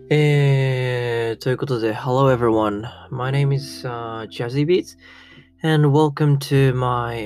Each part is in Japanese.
ということで、Hello everyone. My name is Jazzy Beats and welcome to my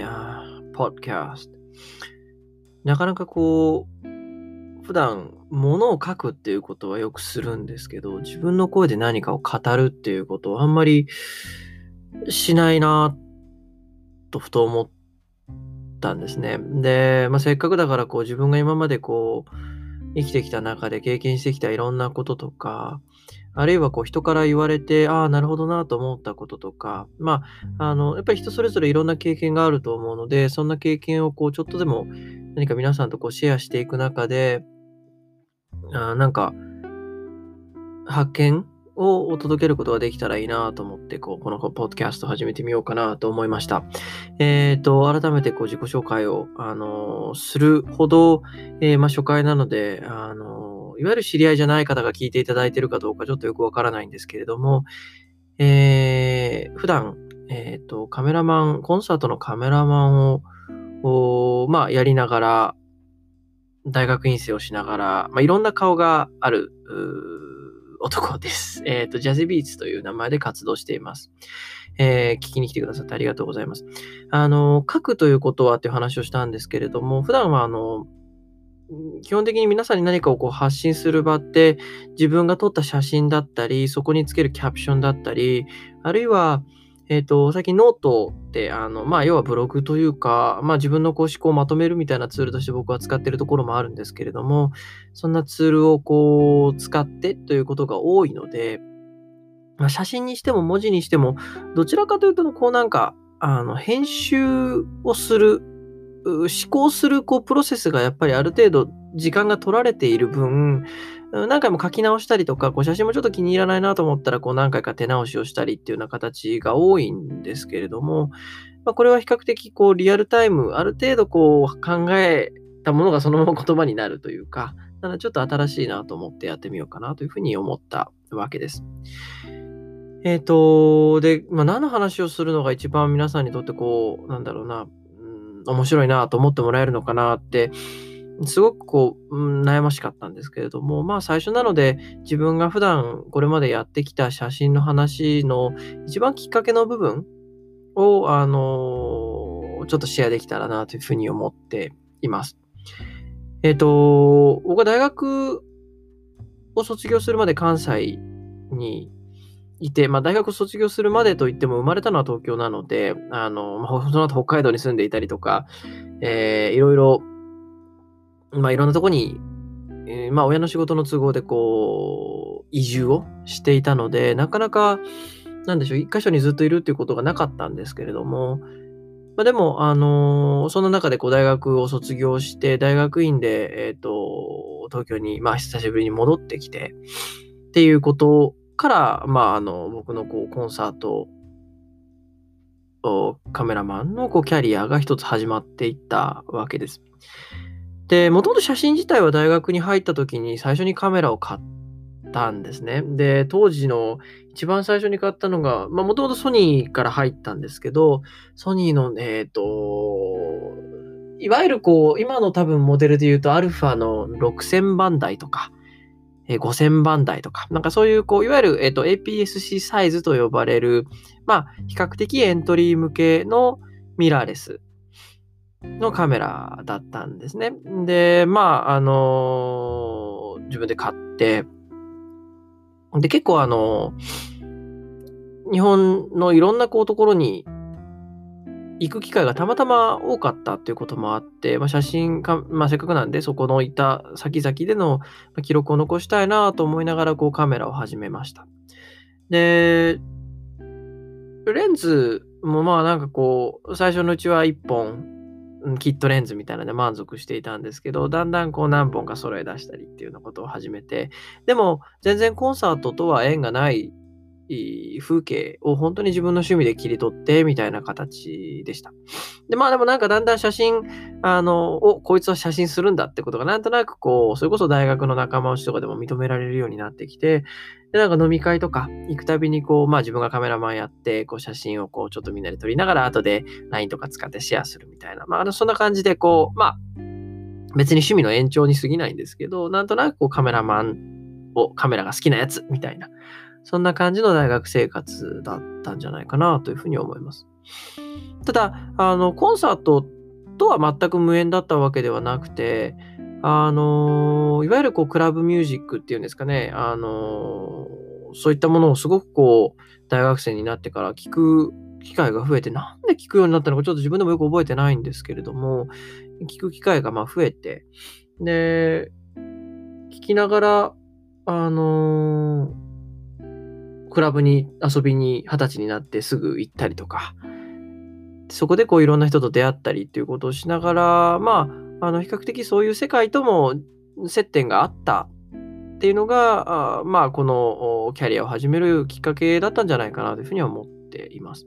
podcast. なかなか普段物を書くっていうことはよくするんですけど、自分の声で何かを語るっていうことをあんまりしないなとふと思ったんですね。で、せっかくだから自分が今まで生きてきた中で経験してきたいろんなこととか、あるいは人から言われて、ああ、なるほどなと思ったこととか、やっぱり人それぞれいろんな経験があると思うので、そんな経験をちょっとでも何か皆さんとシェアしていく中で、なんか発見を届けることができたらいいなと思って、このポッドキャスト始めてみようかなと思いました。改めて自己紹介を、するほど、初回なので、いわゆる知り合いじゃない方が聞いていただいているかどうかちょっとよくわからないんですけれども、普段、カメラマン、コンサートのカメラマンを、やりながら、大学院生をしながら、いろんな顔がある、男です。ジャズビーツという名前で活動しています。聞きに来てくださってありがとうございます。書くということはという話をしたんですけれども、普段は基本的に皆さんに何かを発信する場って、自分が撮った写真だったり、そこにつけるキャプションだったり、あるいは、最近ノートって、要はブログというか、自分の思考をまとめるみたいなツールとして僕は使っているところもあるんですけれども、そんなツールを使ってということが多いので、写真にしても文字にしても、どちらかというと、編集をする、思考するプロセスがやっぱりある程度時間が取られている分、何回も書き直したりとか、写真もちょっと気に入らないなと思ったら、何回か手直しをしたりっていうような形が多いんですけれども、これは比較的リアルタイム、ある程度考えたものがそのまま言葉になるというか、なのでちょっと新しいなと思ってやってみようかなというふうに思ったわけです。何の話をするのが一番皆さんにとって面白いなと思ってもらえるのかなって、すごく悩ましかったんですけれども、最初なので、自分が普段これまでやってきた写真の話の一番きっかけの部分を、ちょっとシェアできたらなというふうに思っています。僕は大学を卒業するまで関西にいて、大学卒業するまでといっても生まれたのは東京なので、その後北海道に住んでいたりとか、いろいろ、いろんなとこに、親の仕事の都合で移住をしていたので、なかなか、一箇所にずっといるっていうことがなかったんですけれども、でも、その中で大学を卒業して、大学院で、東京に、久しぶりに戻ってきて、っていうことから、僕のコンサート、カメラマンのキャリアが一つ始まっていったわけです。で、もともと写真自体は大学に入った時に最初にカメラを買ったんですね。で、当時の一番最初に買ったのが、もともとソニーから入ったんですけど、ソニーの、いわゆる今の多分モデルで言うと、アルファの6000番台とか、5000番台とか、そういう、いわゆる、APS-C サイズと呼ばれる、比較的エントリー向けのミラーレスのカメラだったんですね。で、自分で買って、で、結構日本のいろんなところに行く機会がたまたま多かったっていうこともあって、写真か、せっかくなんでそこの行った先々での記録を残したいなと思いながらカメラを始めました。で、レンズも最初のうちは1本、キットレンズみたいなので満足していたんですけど、だんだん何本か揃え出したりっていうようなことを始めて、でも全然コンサートとは縁がない風景を本当に自分の趣味で切り取ってみたいな形でした。で、でもだんだん写真、こいつは写真するんだってことがなんとなくそれこそ大学の仲間内とかでも認められるようになってきて、で、飲み会とか行くたびに自分がカメラマンやって、写真をちょっとみんなで撮りながら後で LINE とか使ってシェアするみたいな、そんな感じで別に趣味の延長に過ぎないんですけど、なんとなくカメラマンカメラが好きなやつみたいな、そんな感じの大学生活だったんじゃないかなというふうに思います。ただ、コンサートとは全く無縁だったわけではなくて、いわゆるクラブミュージックっていうんですかね、そういったものをすごく大学生になってから聞く機会が増えて、なんで聞くようになったのかちょっと自分でもよく覚えてないんですけれども、聞く機会が増えて、で、聞きながら、クラブに遊びに20歳になってすぐ行ったりとか、そこでいろんな人と出会ったりっていうことをしながら、比較的そういう世界とも接点があったっていうのが、このキャリアを始めるきっかけだったんじゃないかなというふうには思っています。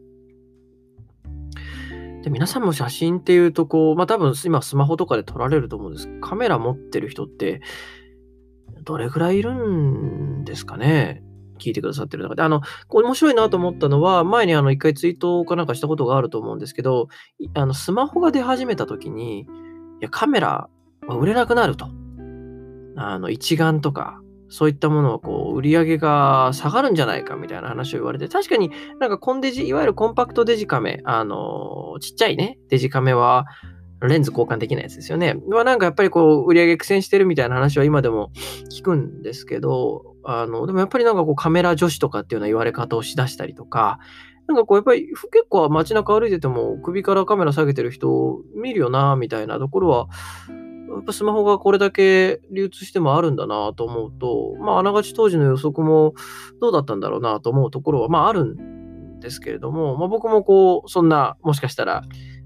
で、皆さんも写真っていうと多分今スマホとかで撮られると思うんです。カメラ持ってる人ってどれぐらいいるんですかね？聞いてくださってる中で。面白いなと思ったのは、前に一回ツイートかなんかしたことがあると思うんですけど、スマホが出始めた時に、いや、カメラは売れなくなると。一眼とか、そういったものを売り上げが下がるんじゃないかみたいな話を言われて、確かになんかコンデジ、いわゆるコンパクトデジカメ、ちっちゃいね、デジカメは、レンズ交換できないやつですよね。なんかやっぱり売り上げ苦戦してるみたいな話は今でも聞くんですけど、でもやっぱりなんかカメラ女子とかっていうような言われ方をしだしたりとか、なんかやっぱり結構街中歩いてても首からカメラ下げてる人を見るよな、みたいなところは、やっぱスマホがこれだけ流通してもあるんだなと思うと、あながち当時の予測もどうだったんだろうなと思うところは、あるんですけれども、僕もそんな、もしかしたら、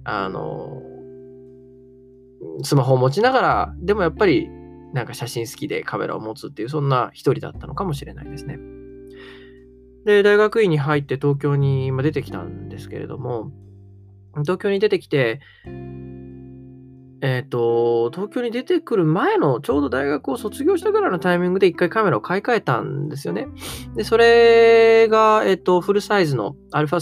スマホを持ちながら、でもやっぱりなんか写真好きでカメラを持つっていう、そんな一人だったのかもしれないですね。で、大学院に入って東京に今出てきたんですけれども、東京に出てきて、東京に出てくる前のちょうど大学を卒業したぐらいのタイミングで一回カメラを買い替えたんですよね。で、それが、フルサイズの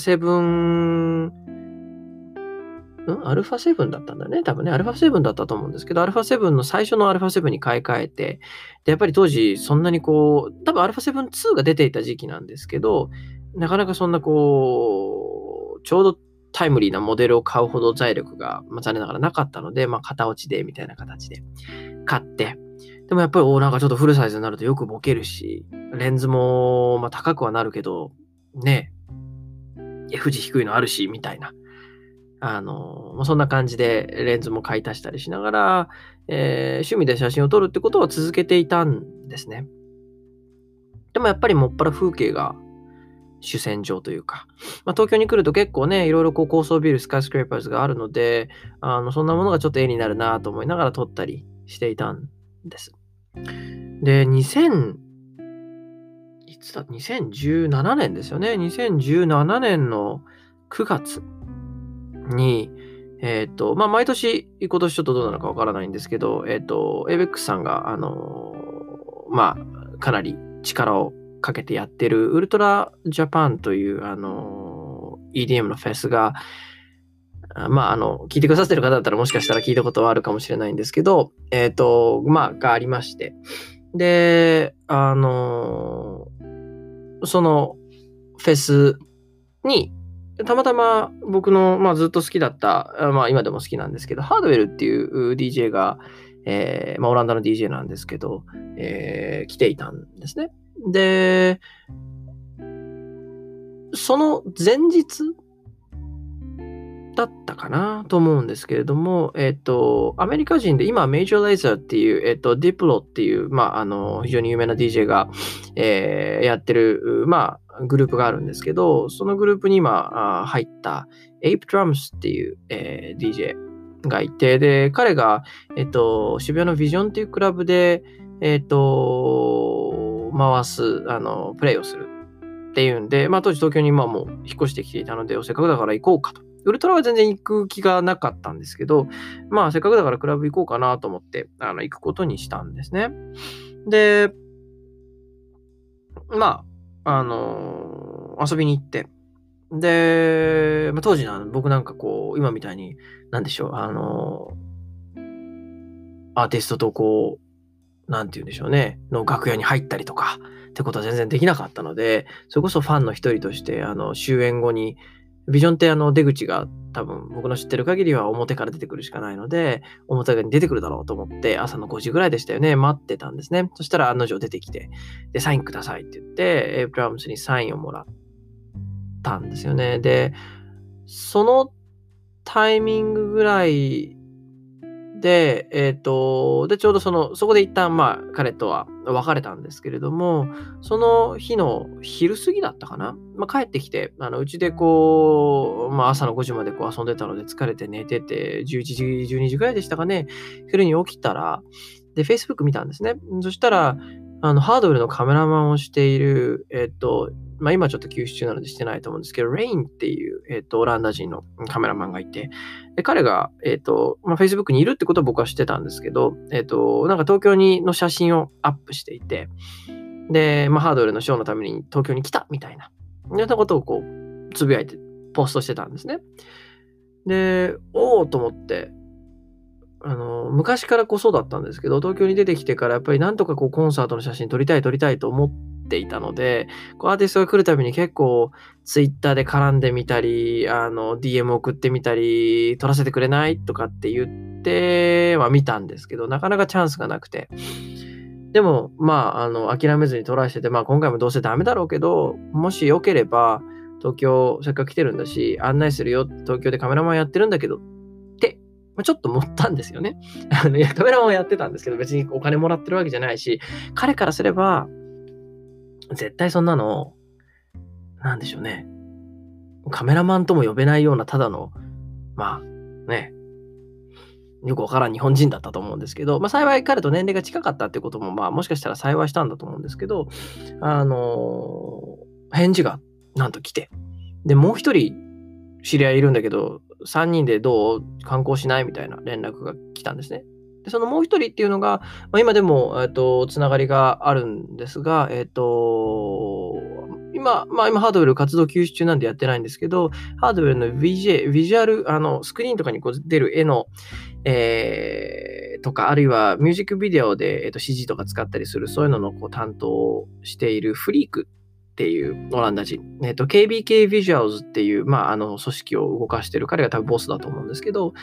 α7、α7 だったんだね。多分ね、α7 だったと思うんですけど、α7 の最初の α7 に買い替えて、で、やっぱり当時そんなに多分 α7-2 が出ていた時期なんですけど、なかなかそんなちょうどタイムリーなモデルを買うほど財力が、残念ながらなかったので、型落ちでみたいな形で買って、でもやっぱり、なんかちょっとフルサイズになるとよくボケるし、レンズも、高くはなるけど、ね、F 値低いのあるし、みたいな。そんな感じでレンズも買い足したりしながら、趣味で写真を撮るってことは続けていたんですね。でもやっぱりもっぱら風景が主戦場というか、東京に来ると結構ね、いろいろ高層ビル、スカイスクレーパーズがあるので、そんなものがちょっと絵になるなと思いながら撮ったりしていたんです。で、いつだ、2017年ですよね。2017年の9月に、毎年、今年ちょっとどうなのかわからないんですけど、ABEX さんが、かなり力をかけてやってるウルトラジャパンという、EDM のフェスが、聞いてくださってる方だったらもしかしたら聞いたことはあるかもしれないんですけど、がありまして。で、そのフェスに、たまたま僕の、ずっと好きだった、今でも好きなんですけど、ハードウェルっていう DJ が、オランダの DJ なんですけど、来ていたんですね。で、その前日だったかなと思うんですけれども、アメリカ人で今、メイジャー・レイザーっていう、ディプロっていう、非常に有名な DJ が、やってる、グループがあるんですけど、そのグループに今入った、Ape Drums っていう、DJ がいて、で、彼が、渋谷のビジョンっていうクラブで、回す、プレイをするっていうんで、当時東京にもう引っ越してきていたので、せっかくだから行こうかと。ウルトラは全然行く気がなかったんですけど、せっかくだからクラブ行こうかなと思って、行くことにしたんですね。で、遊びに行って、で、当時僕なんか今みたいに、なんでしょう、アーティストとなんて言うんでしょうね、の楽屋に入ったりとかってことは全然できなかったので、それこそファンの一人として、終演後に、ビジョンって出口が多分僕の知ってる限りは表から出てくるしかないので、表側に出てくるだろうと思って、朝の5時ぐらいでしたよね、待ってたんですね。そしたら案の定出てきて、で、サインくださいって言って、エイブラムスにサインをもらったんですよね。で、そのタイミングぐらいで、で、ちょうどそこで一旦、彼とは別れたんですけれども、その日の昼過ぎだったかな、帰ってきて、うちで朝の5時まで遊んでたので疲れて寝てて、11時、12時ぐらいでしたかね、昼に起きたら、で、Facebook 見たんですね。そしたら、ハードウェルのカメラマンをしている、今ちょっと休止中なのでしてないと思うんですけど、レインっていう、オランダ人のカメラマンがいて、で彼が、Facebook にいるってことは僕は知ってたんですけど、なんか東京の写真をアップしていて、で、ハードウェルのショーのために東京に来たみたいな、そんなことをつぶやいて、ポストしてたんですね。で、おーと思って、昔からそうだったんですけど、東京に出てきてからやっぱりなんとかコンサートの写真撮りたいと思っていたので、アーティストが来るたびに結構ツイッターで絡んでみたり、DM 送ってみたり、撮らせてくれないとかって言っては見たんですけど、なかなかチャンスがなくて。でも、諦めずにトライしてて、今回もどうせダメだろうけど、もしよければ、東京せっかく来てるんだし、案内するよ、東京でカメラマンやってるんだけど、ってちょっと思ったんですよね。いや、カメラマンをやってたんですけど、別にお金もらってるわけじゃないし、彼からすれば、絶対そんなの、なんでしょうね。カメラマンとも呼べないような、ただの、よくわからん日本人だったと思うんですけど、幸い彼と年齢が近かったってことも、もしかしたら幸いしたんだと思うんですけど、返事がなんと来て、で、もう一人知り合いいるんだけど、3人でどう観光しないみたいな連絡が来たんですね。で、そのもう一人っていうのが、今でも、つながりがあるんですが、今ハードウェル活動休止中なんでやってないんですけど、ハードウェルの VJ、ビジュアル、スクリーンとかに出る絵の、とか、あるいはミュージックビデオで、CG とか使ったりする、そういうのの担当をしているフリークっていうオランダ人、KBK ビジュアルズっていう、組織を動かしている彼が多分ボスだと思うんですけど、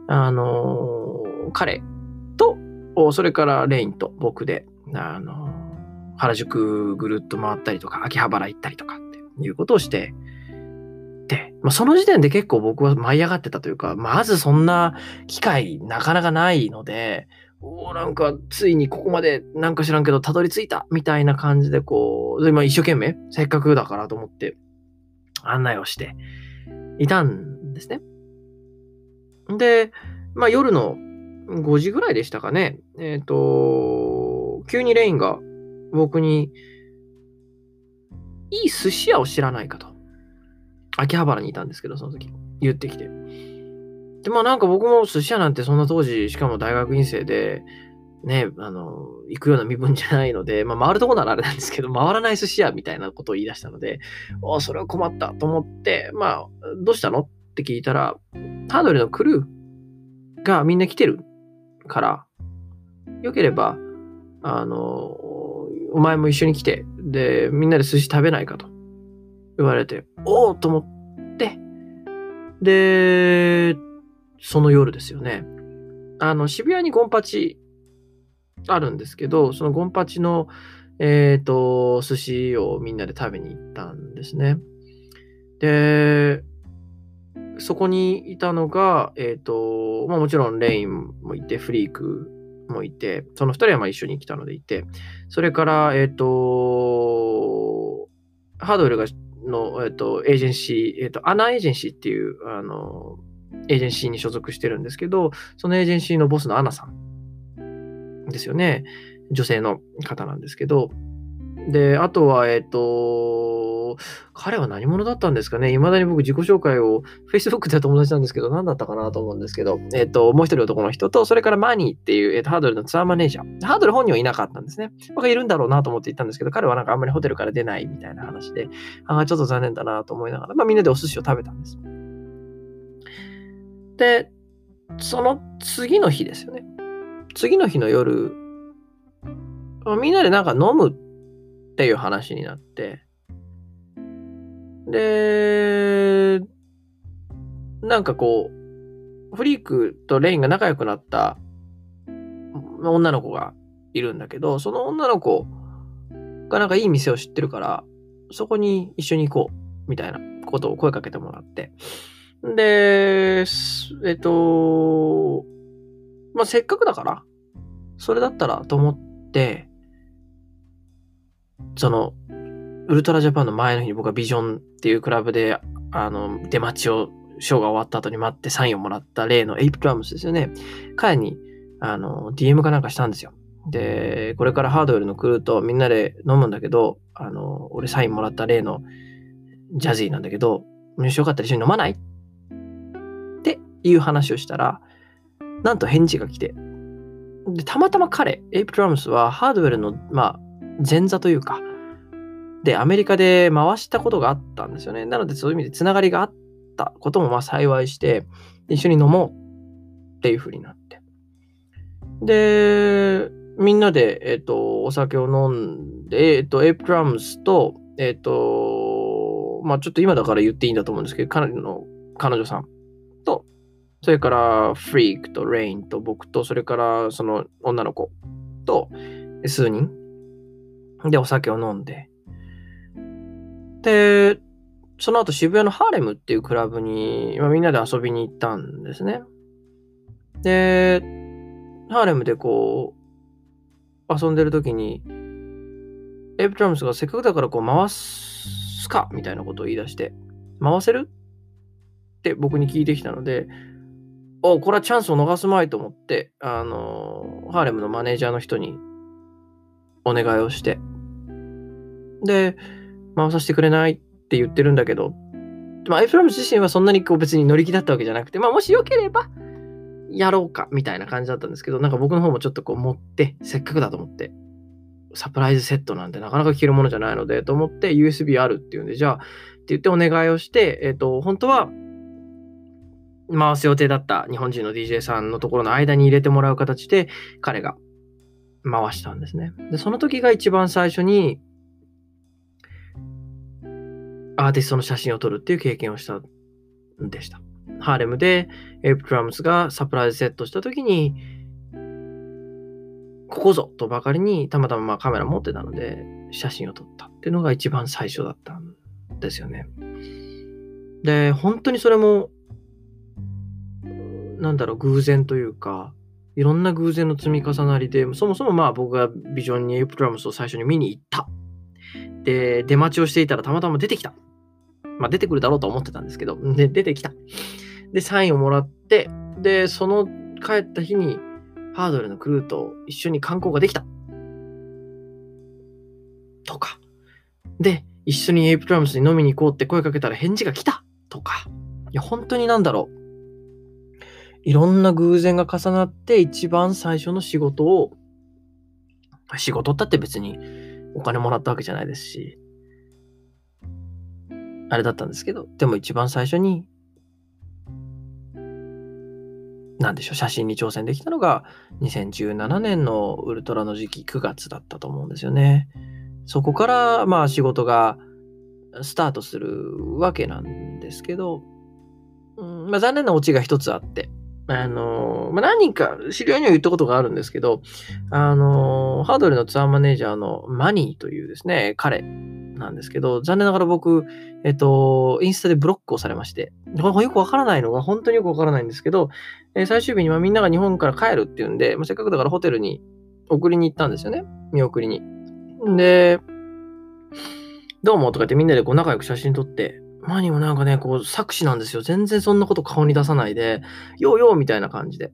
彼と、それからレインと僕で、原宿ぐるっと回ったりとか、秋葉原行ったりとかっていうことをして、で、その時点で結構僕は舞い上がってたというか、まずそんな機会なかなかないので、なんかついにここまでなんか知らんけどたどり着いたみたいな感じで今一生懸命せっかくだからと思って案内をしていたんですね。で、夜の5時ぐらいでしたかね。急にレインが僕にいい寿司屋を知らないかと。秋葉原にいたんですけど、その時言ってきて。で、なんか僕も寿司屋なんてそんな当時、しかも大学院生で、ね、行くような身分じゃないので、回るとこならあれなんですけど、回らない寿司屋みたいなことを言い出したので、それは困ったと思って、どうしたのって聞いたら、ハードルのクルーがみんな来てるから、よければ、お前も一緒に来て、で、みんなで寿司食べないかと言われて、おーと思って、で、その夜ですよね。渋谷にゴンパチあるんですけど、そのゴンパチの、寿司をみんなで食べに行ったんですね。で、そこにいたのが、もちろんレインもいて、フリークもいて、その二人は一緒に来たのでいて、それから、ハードウェルの、エージェンシー、アナエージェンシーっていう、エージェンシーに所属してるんですけど、そのエージェンシーのボスのアナさんですよね。女性の方なんですけど、で、あとは、彼は何者だったんですかね。未だに僕自己紹介を Facebook で友達なんですけど、何だったかなと思うんですけど、もう一人男の人と、それからマニーっていう、ハードルのツアーマネージャー。ハードル本人はいなかったんですね。僕はいるんだろうなと思って行ったんですけど、彼はなんかあんまりホテルから出ないみたいな話で、ちょっと残念だなと思いながら、みんなでお寿司を食べたんです。で、その次の日ですよね。次の日の夜みんなでなんか飲むっていう話になって、で、なんかこう、フリークとレインが仲良くなった女の子がいるんだけど、その女の子がなんかいい店を知ってるから、そこに一緒に行こう、みたいなことを声かけてもらって。で、せっかくだから、それだったらと思って、その、ウルトラジャパンの前の日に僕はビジョンっていうクラブで、出待ちを、ショーが終わった後に待ってサインをもらった例のエイプドラムスですよね。彼に、DM かなんかしたんですよ。で、これからハードウェルのクルーとみんなで飲むんだけど、俺サインもらった例のジャズィーなんだけど、もしよかったら一緒に飲まないっていう話をしたら、なんと返事が来て、で、たまたま彼、エイプドラムスはハードウェルの、前座というか、で、アメリカで回したことがあったんですよね。なので、そういう意味でつながりがあったことも幸いして、一緒に飲もうっていう風になって。で、みんなで、お酒を飲んで、エイプドラムスと、ちょっと今だから言っていいんだと思うんですけど、彼女さんと、それからフリークとレインと僕と、それからその女の子と数人でお酒を飲んで、で、その後渋谷のハーレムっていうクラブに、みんなで遊びに行ったんですね。で、ハーレムでこう、遊んでる時に、エイプドラムスがせっかくだからこう回すかみたいなことを言い出して、回せるって僕に聞いてきたので、これはチャンスを逃すまいと思って、ハーレムのマネージャーの人にお願いをして、で、回させてくれないって言ってるんだけど、エイプドラムス自身はそんなにこう別に乗り気だったわけじゃなくて、もしよければやろうかみたいな感じだったんですけど、なんか僕の方もちょっとこう持って、せっかくだと思って、サプライズセットなんてなかなか聞けるものじゃないので、と思って USB あるっていうんで、じゃあ、って言ってお願いをして、本当は回す予定だった日本人の DJ さんのところの間に入れてもらう形で、彼が回したんですね。で、その時が一番最初に、アーティストの写真を撮るっていう経験をしたんでした。ハーレムでエイプドラムスがサプライズセットした時に、ここぞとばかりにたまたまカメラ持ってたので写真を撮ったっていうのが一番最初だったんですよね。で、本当にそれも、偶然というか、いろんな偶然の積み重なりで、そもそも僕がビジョンにエイプドラムスを最初に見に行った。で、出待ちをしていたらたまたま出てきた。出てくるだろうと思ってたんですけど、で、出てきた。で、サインをもらって、で、その帰った日に、ハードルのクルーと一緒に観光ができた。とか。で、一緒にエイプドラムスに飲みに行こうって声かけたら返事が来た。とか。いや、本当にいろんな偶然が重なって一番最初の仕事だって別にお金もらったわけじゃないですし、あれだったんですけど、でも一番最初に、写真に挑戦できたのが2017年のウルトラの時期9月だったと思うんですよね。そこから仕事がスタートするわけなんですけど、残念なオチが一つあって、何人か知り合いには言ったことがあるんですけど、ハードルのツアーマネージャーのマニーというですね、彼なんですけど、残念ながら僕、インスタでブロックをされまして、これよくわからないのが、本当によくわからないんですけど、最終日にみんなが日本から帰るっていうんで、せっかくだからホテルに送りに行ったんですよね。見送りに。で、どうもとか言ってみんなでこう仲良く写真撮って、マニーもこう作詞なんですよ。全然そんなこと顔に出さないで、よーよーみたいな感じで。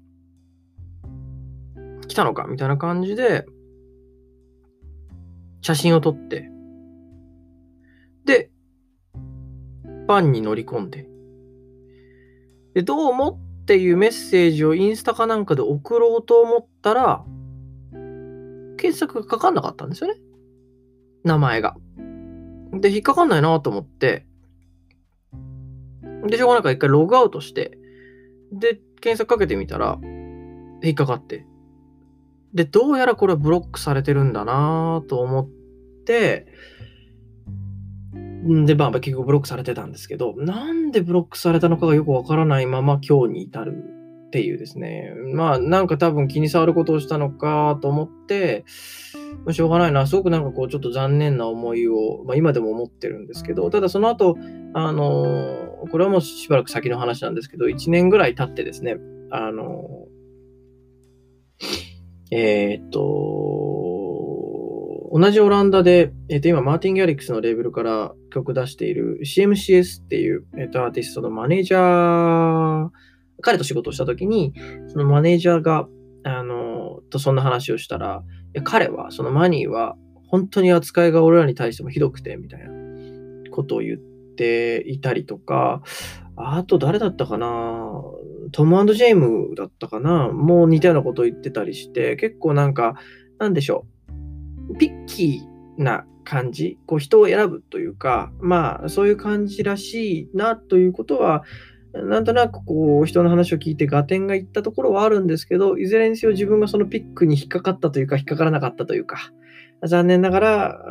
来たのかみたいな感じで、写真を撮って、で、バンに乗り込んで、で、どうもっていうメッセージをインスタかなんかで送ろうと思ったら、検索がかかんなかったんですよね。名前が。で、引っかかんないなと思って、で、しょうがないから一回ログアウトして、で、検索かけてみたら、引っかかって。 で、どうやらこれはブロックされてるんだなと思って、で、結局ブロックされてたんですけど、なんでブロックされたのかがよくわからないまま今日に至るっていうですね。なんか多分気に障ることをしたのかと思って、しょうがないな、すごくなんかこうちょっと残念な思いを、今でも思ってるんですけど、ただその後、これはもうしばらく先の話なんですけど、1年ぐらい経ってですね、同じオランダで、今、マーティン・ギャリックスのレーベルから曲出している CMCS っていう、アーティストのマネージャー、彼と仕事をしたときに、そのマネージャーが、そんな話をしたら、彼は、そのマニーは、本当に扱いが俺らに対してもひどくて、みたいなことを言っていたりとか、あと誰だったかな、トム&ジェームだったかな、もう似たようなことを言ってたりして、結構なんか、なんでしょう、ピッキーな感じ、こう人を選ぶというか、そういう感じらしいなということは、なんとなくこう人の話を聞いて合点がいったところはあるんですけど、いずれにせよ自分がそのピックに引っかかったというか、引っかからなかったというか、残念ながら、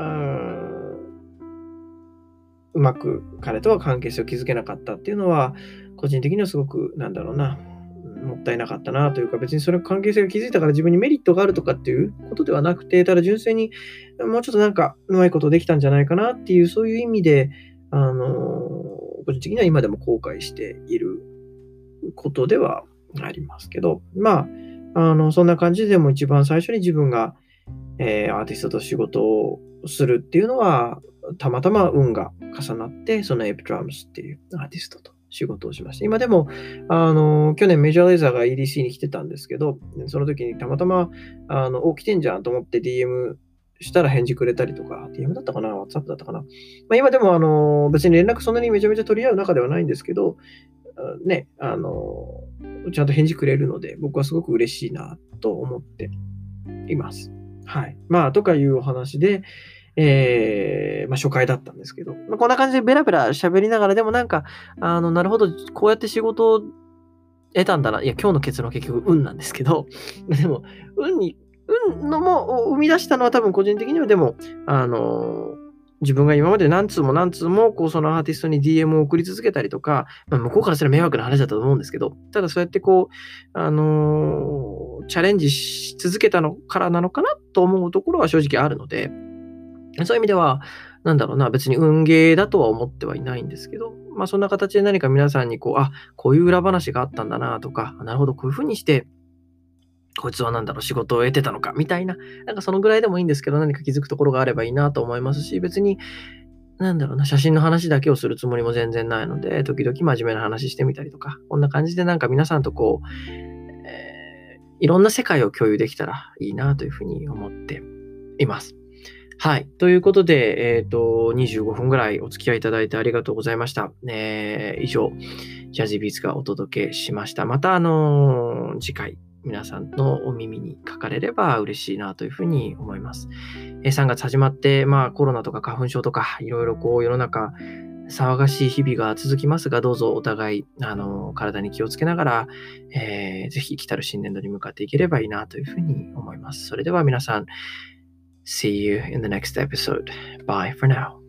うまく彼とは関係性を築けなかったっていうのは、個人的にはすごく、もったいなかったなというか、別にそれ関係性が築いたから自分にメリットがあるとかっていうことではなくて、ただ純粋にもうちょっとなんかうまいことできたんじゃないかなっていう、そういう意味で、個人的には今でも後悔していることではありますけど、そんな感じでも一番最初に自分が、アーティストと仕事をするっていうのは、たまたま運が重なって、そのエプドラムスっていうアーティストと仕事をしました。今でも、去年メジャーレーザーが EDC に来てたんですけど、その時にたまたま、来てんじゃんと思って DM したら返事くれたりとか、DM だったかな ?WhatsApp だったかな、今でも、別に連絡そんなにめちゃめちゃ取り合う仲ではないんですけど、ね、ちゃんと返事くれるので、僕はすごく嬉しいなと思っています。はい。とかいうお話で、初回だったんですけど、こんな感じでベラベラ喋りながら、でもなんか、なるほど、こうやって仕事を得たんだな。いや、今日の結論は結局運なんですけど、でも、運のも生み出したのは多分個人的にはでも、自分が今まで何通も、こう、そのアーティストに DM を送り続けたりとか、向こうからすれば迷惑な話だったと思うんですけど、ただそうやってこう、チャレンジし続けたのからなのかなと思うところは正直あるので、そういう意味では、別に運ゲーだとは思ってはいないんですけど、そんな形で何か皆さんにこう、こういう裏話があったんだなとか、なるほど、こういう風にして、こいつは仕事を得てたのかみたいな、なんかそのぐらいでもいいんですけど、何か気づくところがあればいいなと思いますし、別に、写真の話だけをするつもりも全然ないので、時々真面目な話してみたりとか、こんな感じでなんか皆さんとこう、いろんな世界を共有できたらいいなというふうに思っています。はい。ということで、25分ぐらいお付き合いいただいてありがとうございました。以上、ジャズビーツがお届けしました。また、次回、皆さんのお耳にかかれれば嬉しいなというふうに思います。3月始まって、コロナとか花粉症とか、いろいろこう世の中、騒がしい日々が続きますが、どうぞお互い、体に気をつけながら、ぜひ来たる新年度に向かっていければいいなというふうに思います。それでは皆さん、See you in the next episode. Bye for now.